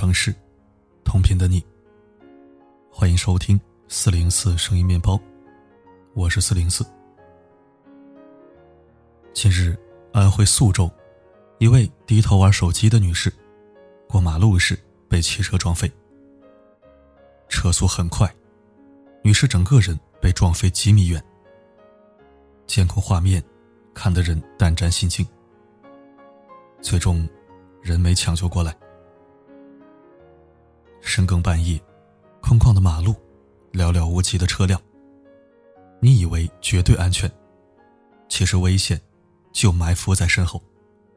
城市，同频的你。欢迎收听404声音面包，我是404。近日，安徽宿州一位低头玩手机的女士过马路时被汽车撞飞，车速很快，女士整个人被撞飞几米远。监控画面看得人胆战心惊，最终人没抢救过来。深更半夜，空旷的马路，寥寥无几的车辆，你以为绝对安全，其实危险就埋伏在身后。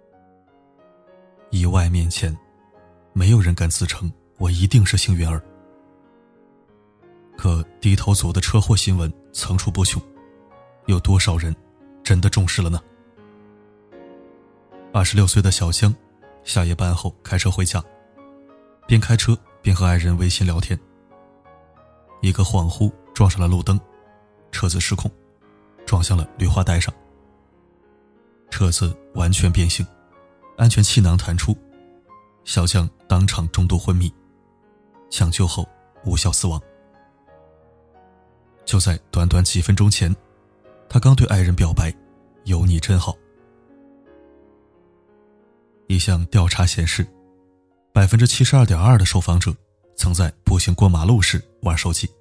意外面前，没有人敢自称我一定是幸运儿。可低头族的车祸新闻层出不穷，有多少人真的重视了呢？26岁的小香下夜班后开车回家，边开车边和爱人微信聊天，一个恍惚撞上了路灯，车子失控撞向了绿化带上，车子完全变形，安全气囊弹出，小香当场中毒昏迷，抢救后无效死亡。就在短短几分钟前，他刚对爱人表白，有你真好。一项调查显示， 72.2% 的受访者曾在步行过马路时玩手机。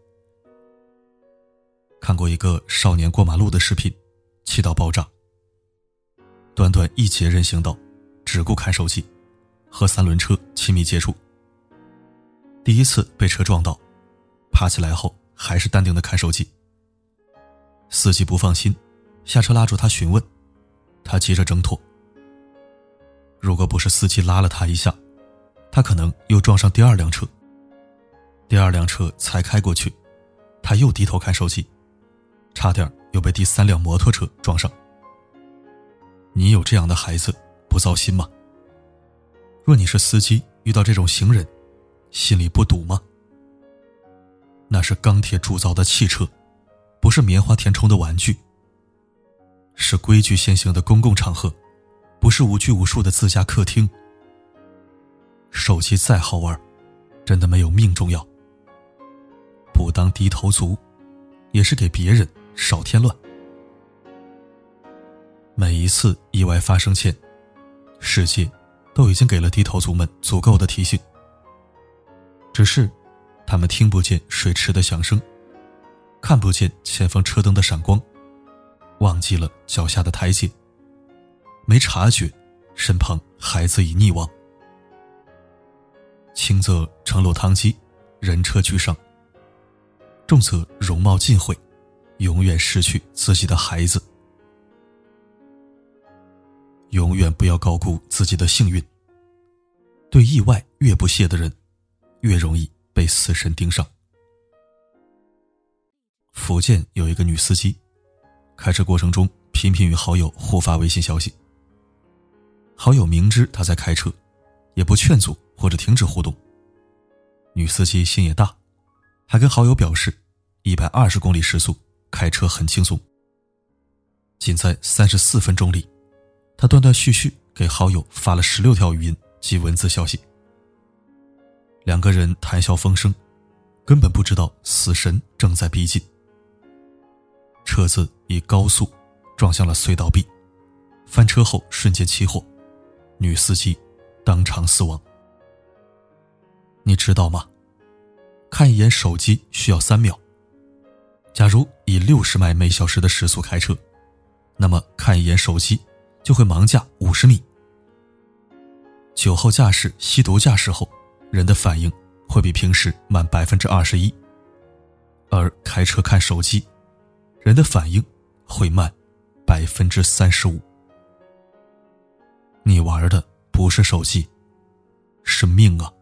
看过一个少年过马路的视频，气到爆炸。短短一节人行道，只顾看手机，和三轮车亲密接触。第一次被车撞到，爬起来后还是淡定地看手机。司机不放心，下车拉住他询问，他急着挣脱。如果不是司机拉了他一下，他可能又撞上第二辆车。第二辆车才开过去，他又低头看手机，差点又被第三辆摩托车撞上。你有这样的孩子，不糟心吗？若你是司机，遇到这种行人，心里不堵吗？那是钢铁铸造的汽车，不是棉花填充的玩具，是规矩先行的公共场合，不是无拘无束的自家客厅。手机再好玩，真的没有命重要。不当低头族，也是给别人少添乱。每一次意外发生前，世界都已经给了低头族们足够的提醒，只是他们听不见水池的响声，看不见前方车灯的闪光，忘记了脚下的台阶，没察觉身旁孩子已溺亡。轻则城落汤鸡，人车俱伤；重则容貌尽毁，永远失去自己的孩子。永远不要高估自己的幸运，对意外越不屑的人，越容易被死神盯上。福建有一个女司机，开车过程中频频与好友互发微信消息。好友明知她在开车，也不劝阻或者停止互动。女司机心也大，还跟好友表示120公里时速开车很轻松。仅在34分钟里，她断断续续给好友发了16条语音及文字消息。两个人谈笑风生，根本不知道死神正在逼近。车子以高速撞向了隧道壁，翻车后瞬间起火，女司机当场死亡。你知道吗？看一眼手机需要3秒。假如以60迈每小时的时速开车，那么看一眼手机就会盲驾50米。酒后驾驶、吸毒驾驶后，人的反应会比平时慢21%，而开车看手机，人的反应会慢35%。你玩的不是手机，是命啊！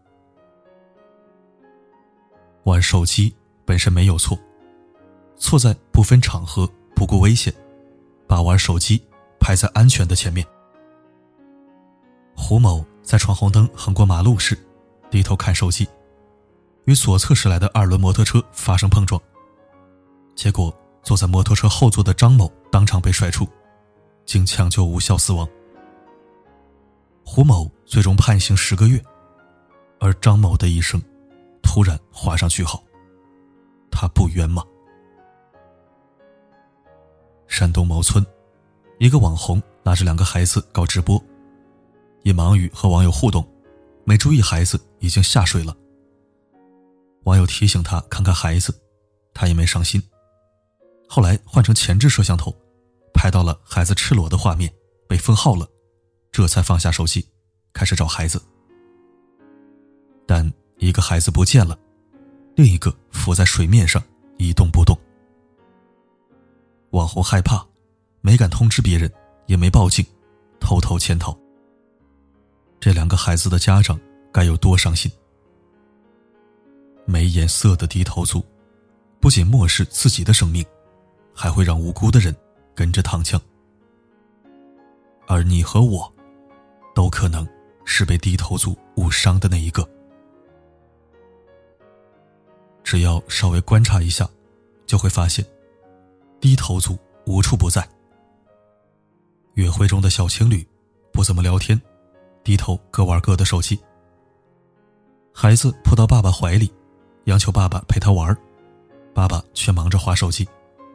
玩手机本身没有错，错在不分场合，不顾危险，把玩手机排在安全的前面。胡某在闯红灯横过马路时，低头看手机，与左侧驶来的2轮摩托车发生碰撞，结果坐在摩托车后座的张某当场被甩出，经抢救无效死亡。胡某最终判刑10个月， 而张某的一生突然画上句号，他不冤吗？山东某村，一个网红拉着2个孩子搞直播，因忙于和网友互动，没注意孩子已经下水了。网友提醒他看看孩子，他也没上心。后来换成前置摄像头，拍到了孩子赤裸的画面，被封号了，这才放下手机，开始找孩子。但一个孩子不见了，另一个浮在水面上一动不动。网红害怕，没敢通知别人，也没报警，偷偷潜逃。这2个孩子的家长该有多伤心？没眼色的低头族，不仅漠视自己的生命，还会让无辜的人跟着躺枪。而你和我，都可能是被低头族误伤的那一个。只要稍微观察一下，就会发现，低头族无处不在。约会中的小情侣，不怎么聊天，低头各玩各的手机。孩子扑到爸爸怀里，央求爸爸陪他玩，爸爸却忙着滑手机。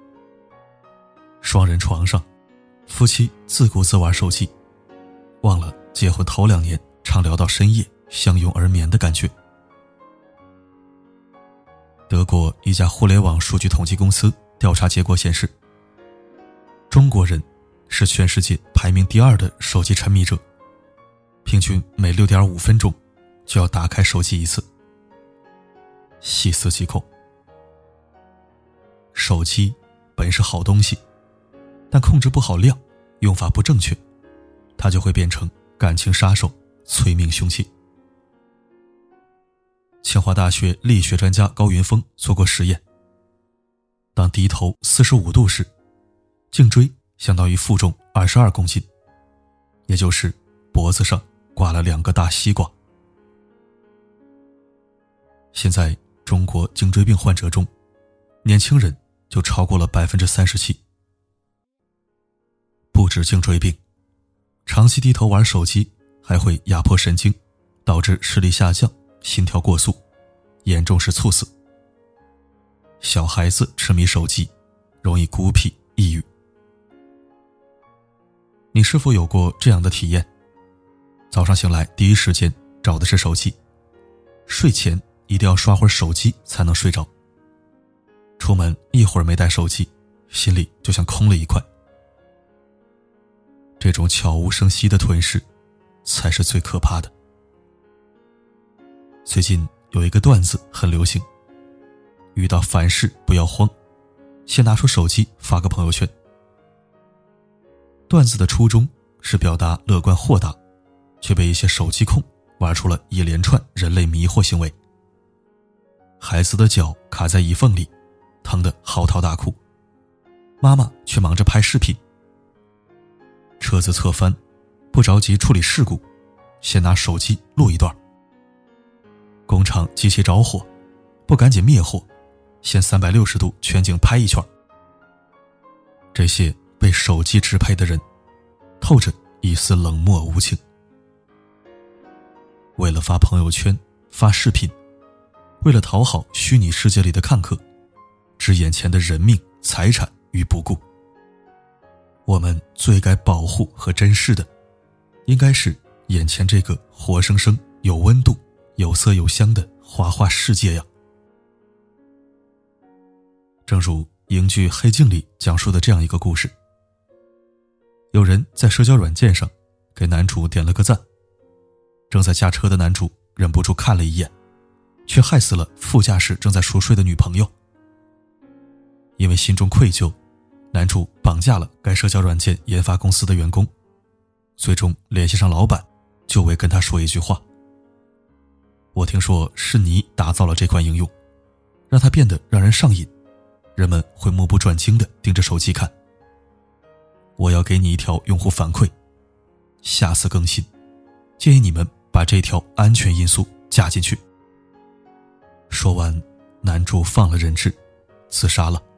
双人床上，夫妻自顾自玩手机，忘了结婚头2年常聊到深夜相拥而眠的感觉。德国一家互联网数据统计公司调查结果显示，中国人是全世界排名第2的手机沉迷者，平均每 6.5 分钟就要打开手机一次。细思极恐。手机本是好东西，但控制不好量，用法不正确，它就会变成感情杀手、催命凶器。清华大学力学专家高云峰做过实验，当低头45度时，颈椎相当于负重22公斤，也就是脖子上挂了2个大西瓜。现在中国颈椎病患者中，年轻人就超过了 37%。 不止颈椎病，长期低头玩手机还会压迫神经，导致视力下降，心跳过速，严重是猝死。小孩子痴迷手机，容易孤僻抑郁。你是否有过这样的体验？早上醒来第一时间找的是手机，睡前一定要刷会儿手机才能睡着。出门一会儿没带手机，心里就像空了一块。这种悄无声息的吞噬，才是最可怕的。最近有一个段子很流行，遇到烦事不要慌，先拿出手机发个朋友圈。段子的初衷是表达乐观豁达，却被一些手机控玩出了一连串人类迷惑行为。孩子的脚卡在椅缝里，疼得嚎啕大哭，妈妈却忙着拍视频。车子侧翻，不着急处理事故，先拿手机录一段。工厂机器着火，不赶紧灭火，先360度全景拍一圈。这些被手机支配的人，透着一丝冷漠无情。为了发朋友圈、发视频，为了讨好虚拟世界里的看客，置眼前的人命、财产于不顾。我们最该保护和珍视的，应该是眼前这个活生生、有温度、有色有香的花花世界呀。正如英剧《黑镜》里讲述的这样一个故事，有人在社交软件上给男主点了个赞，正在驾车的男主忍不住看了一眼，却害死了副驾驶正在熟睡的女朋友。因为心中愧疚，男主绑架了该社交软件研发公司的员工，最终联系上老板，就为跟他说一句话：我听说是你打造了这款应用，让它变得让人上瘾，人们会目不转睛地盯着手机看。我要给你一条用户反馈，下次更新，建议你们把这条安全因素加进去。说完，男主放了人质，自杀了。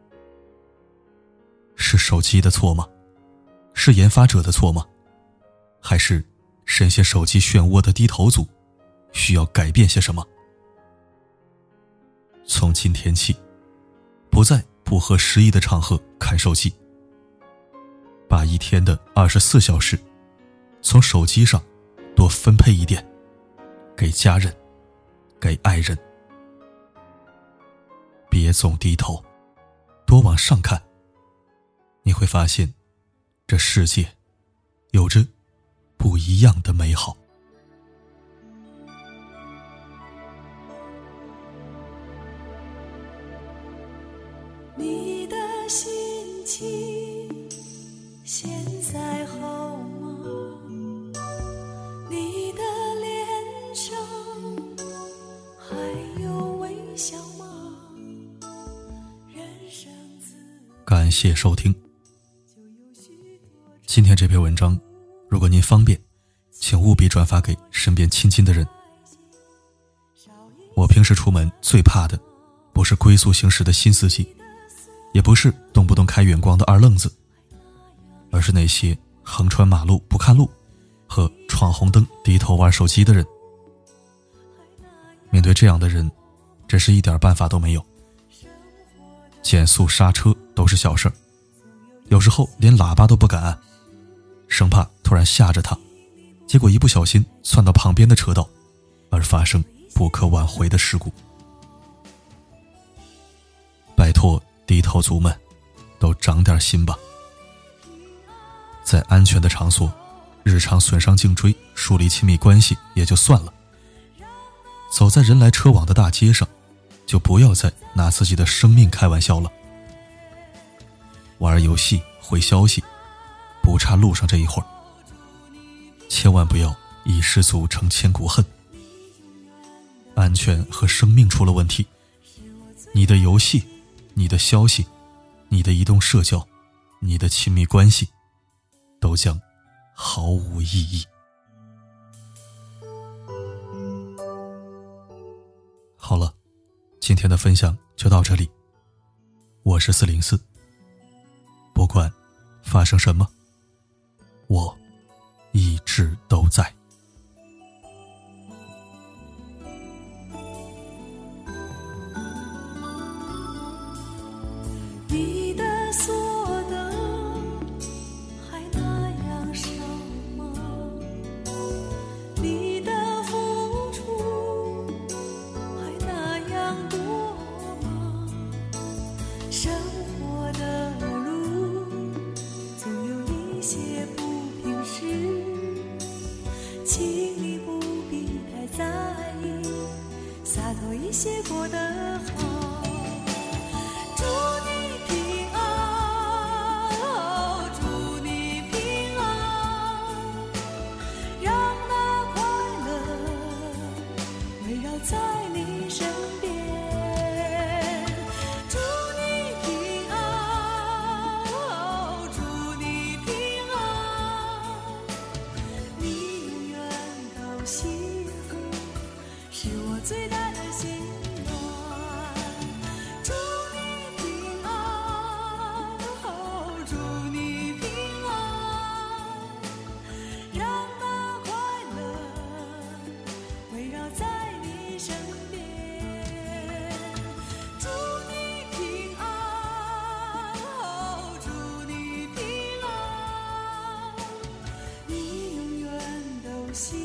是手机的错吗？是研发者的错吗？还是深陷手机漩涡的低头族需要改变些什么。从今天起，不在不合时宜的场合看手机，把一天的24小时从手机上多分配一点给家人，给爱人。别总低头，多往上看，你会发现这世界有着不一样的美好。 你的心情现在好吗？你的脸上还有微笑吗？ 感谢收听。今天这篇文章，如果您方便，请务必转发给身边亲近的人。我平时出门最怕的，不是龟速行驶的新司机，也不是动不动开远光的二愣子，而是那些横穿马路不看路和闯红灯低头玩手机的人。面对这样的人，真是一点办法都没有。减速刹车都是小事儿，有时候连喇叭都不敢按，生怕突然吓着他，结果一不小心窜到旁边的车道，而发生不可挽回的事故。拜托低头族们，都长点心吧。在安全的场所，日常损伤颈椎，树立亲密关系也就算了，走在人来车往的大街上，就不要再拿自己的生命开玩笑了。玩游戏回消息，不差路上这一会儿，千万不要一失足成千古恨。安全和生命出了问题，你的游戏，你的消息，你的移动社交，你的亲密关系，都将毫无意义。好了，今天的分享就到这里。我是404，不管发生什么，我一直都在。 你的锁灯还那样少吗？你的付出还那样多吗？生活的路总有一些不平事，请你不必太在意，洒脱一些过得好。祝你平安，哦，祝你平安，让那快乐围绕在你身边。祝你平安，哦，祝你平安，你永远都幸福，是我最大的心愿。祝你平安，哦，祝你平安，让那快乐围绕在你身边。祝你平安，哦，祝你平安，你永远都幸福。